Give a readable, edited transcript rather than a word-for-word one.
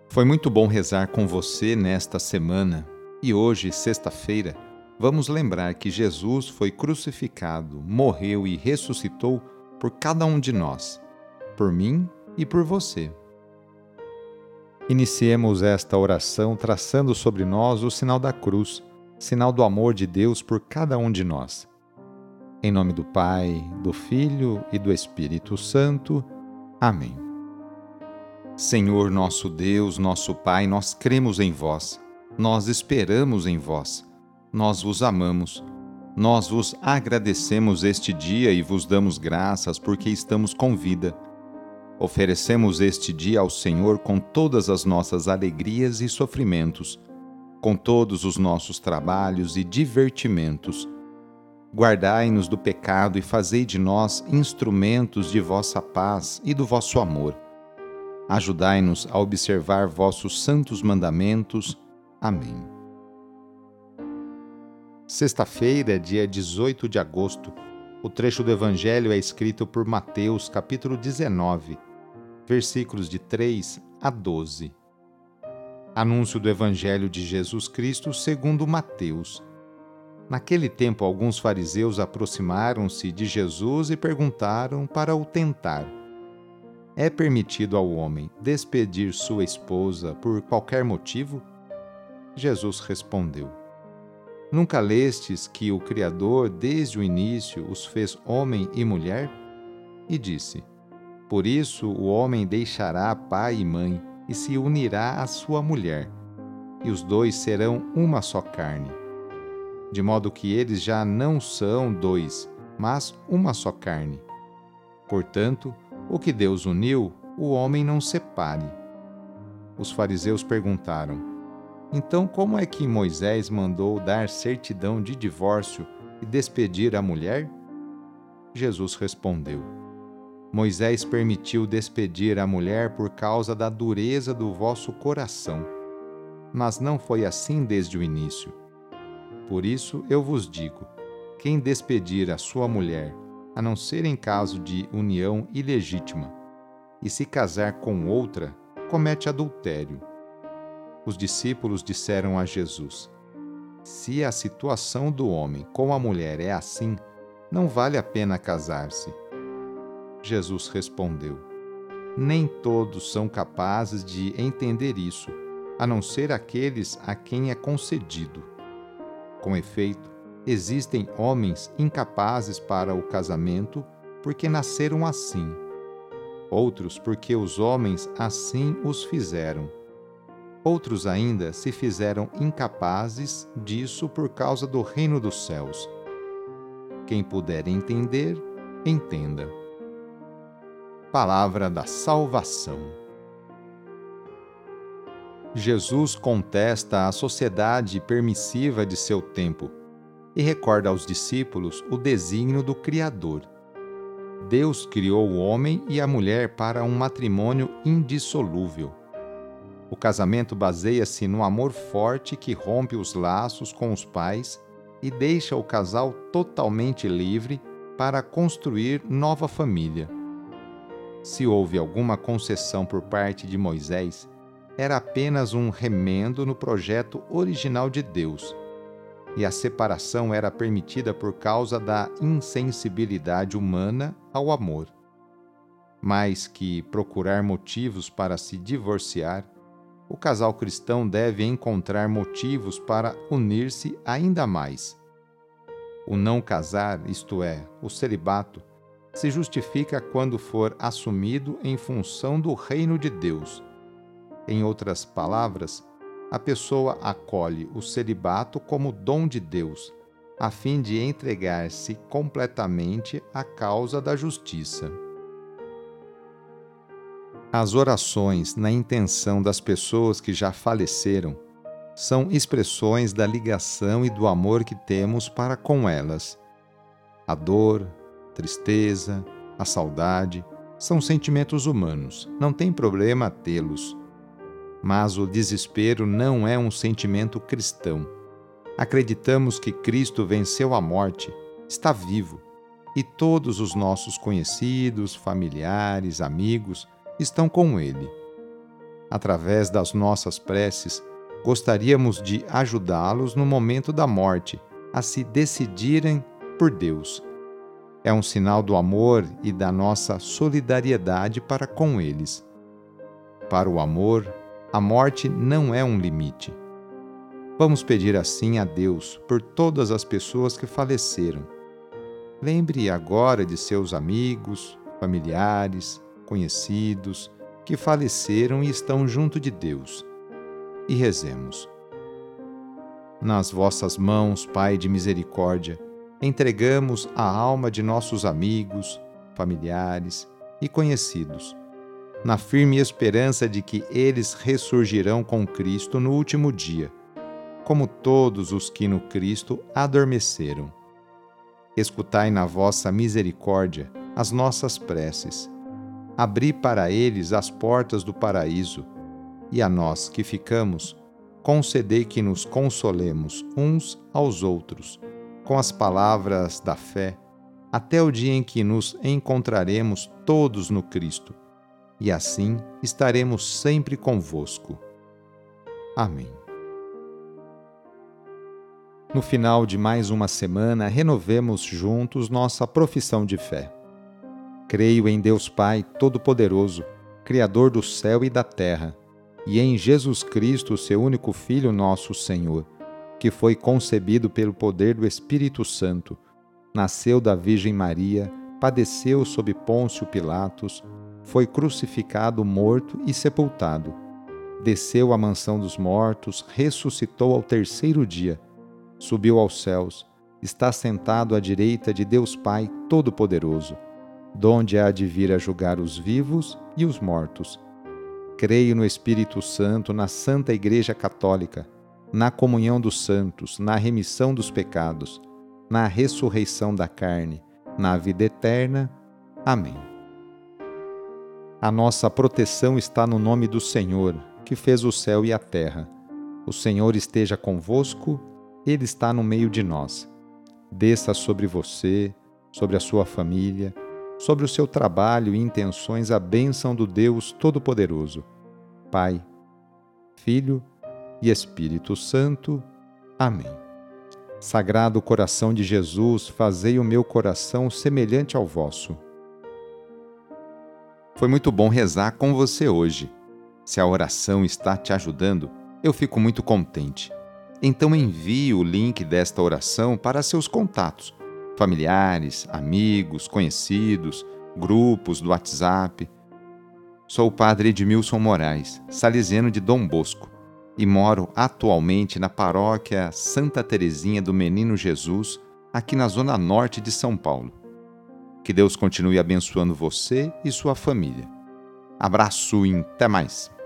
Foi muito bom rezar com você nesta semana e hoje, sexta-feira, vamos lembrar que Jesus foi crucificado, morreu e ressuscitou por cada um de nós, por mim e por você. Iniciemos esta oração traçando sobre nós o sinal da cruz, sinal do amor de Deus por cada um de nós. Em nome do Pai, do Filho e do Espírito Santo. Amém. Senhor nosso Deus, nosso Pai, nós cremos em vós, nós esperamos em vós, nós vos amamos, nós vos agradecemos este dia e vos damos graças porque estamos com vida. Oferecemos este dia ao Senhor com todas as nossas alegrias e sofrimentos, com todos os nossos trabalhos e divertimentos. Guardai-nos do pecado e fazei de nós instrumentos de vossa paz e do vosso amor. Ajudai-nos a observar vossos santos mandamentos. Amém. Sexta-feira, dia 18 de agosto. O trecho do Evangelho é escrito por Mateus, capítulo 19, versículos de 3 a 12. Anúncio do Evangelho de Jesus Cristo segundo Mateus. Naquele tempo, alguns fariseus aproximaram-se de Jesus e perguntaram para o tentar: é permitido ao homem despedir sua esposa por qualquer motivo? Jesus respondeu: nunca lestes que o Criador, desde o início, os fez homem e mulher? E disse: por isso o homem deixará pai e mãe e se unirá à sua mulher, e os dois serão uma só carne. De modo que eles já não são dois, mas uma só carne. Portanto, o que Deus uniu, o homem não separe. Os fariseus perguntaram: então como é que Moisés mandou dar certidão de divórcio e despedir a mulher? Jesus respondeu: Moisés permitiu despedir a mulher por causa da dureza do vosso coração. Mas não foi assim desde o início. Por isso eu vos digo: quem despedir a sua mulher, a não ser em caso de união ilegítima, e se casar com outra, comete adultério. Os discípulos disseram a Jesus: se a situação do homem com a mulher é assim, não vale a pena casar-se. Jesus respondeu: nem todos são capazes de entender isso, a não ser aqueles a quem é concedido. Com efeito, existem homens incapazes para o casamento porque nasceram assim. Outros porque os homens assim os fizeram. Outros ainda se fizeram incapazes disso por causa do reino dos céus. Quem puder entender, entenda. Palavra da salvação. Jesus contesta a sociedade permissiva de seu tempo e recorda aos discípulos o desígnio do Criador. Deus criou o homem e a mulher para um matrimônio indissolúvel. O casamento baseia-se no amor forte que rompe os laços com os pais e deixa o casal totalmente livre para construir nova família. Se houve alguma concessão por parte de Moisés, era apenas um remendo no projeto original de Deus, e a separação era permitida por causa da insensibilidade humana ao amor. Mais que procurar motivos para se divorciar, o casal cristão deve encontrar motivos para unir-se ainda mais. O não casar, isto é, o celibato, se justifica quando for assumido em função do reino de Deus. Em outras palavras, a pessoa acolhe o celibato como dom de Deus, a fim de entregar-se completamente à causa da justiça. As orações na intenção das pessoas que já faleceram são expressões da ligação e do amor que temos para com elas. A dor, a tristeza, a saudade são sentimentos humanos, não tem problema tê-los. Mas o desespero não é um sentimento cristão. Acreditamos que Cristo venceu a morte, está vivo, e todos os nossos conhecidos, familiares, amigos estão com Ele. Através das nossas preces, gostaríamos de ajudá-los no momento da morte a se decidirem por Deus. É um sinal do amor e da nossa solidariedade para com eles. Para o amor, a morte não é um limite. Vamos pedir assim a Deus por todas as pessoas que faleceram. Lembre agora de seus amigos, familiares, conhecidos, que faleceram e estão junto de Deus. E rezemos. Nas vossas mãos, Pai de misericórdia, entregamos a alma de nossos amigos, familiares e conhecidos, na firme esperança de que eles ressurgirão com Cristo no último dia, como todos os que no Cristo adormeceram. Escutai na vossa misericórdia as nossas preces. Abri para eles as portas do paraíso, e a nós que ficamos, concedei que nos consolemos uns aos outros, com as palavras da fé, até o dia em que nos encontraremos todos no Cristo, e assim estaremos sempre convosco. Amém. No final de mais uma semana, renovemos juntos nossa profissão de fé. Creio em Deus Pai Todo-Poderoso, Criador do céu e da terra, e em Jesus Cristo, seu único Filho, nosso Senhor, que foi concebido pelo poder do Espírito Santo, nasceu da Virgem Maria, padeceu sob Pôncio Pilatos, foi crucificado, morto e sepultado. Desceu à mansão dos mortos, ressuscitou ao terceiro dia, subiu aos céus, está sentado à direita de Deus Pai Todo-Poderoso, donde há de vir a julgar os vivos e os mortos. Creio no Espírito Santo, na Santa Igreja Católica, na comunhão dos santos, na remissão dos pecados, na ressurreição da carne, na vida eterna. Amém. A nossa proteção está no nome do Senhor, que fez o céu e a terra. O Senhor esteja convosco, Ele está no meio de nós. Desça sobre você, sobre a sua família, sobre o seu trabalho e intenções a bênção do Deus Todo-Poderoso, Pai, Filho e Espírito Santo. Amém. Sagrado coração de Jesus, fazei o meu coração semelhante ao vosso. Foi muito bom rezar com você hoje. Se a oração está te ajudando, eu fico muito contente. Então envie o link desta oração para seus contatos, familiares, amigos, conhecidos, grupos do WhatsApp. Sou o padre Edmilson Moraes, salesiano de Dom Bosco, e moro atualmente na paróquia Santa Teresinha do Menino Jesus, aqui na zona norte de São Paulo. Que Deus continue abençoando você e sua família. Abraço e até mais!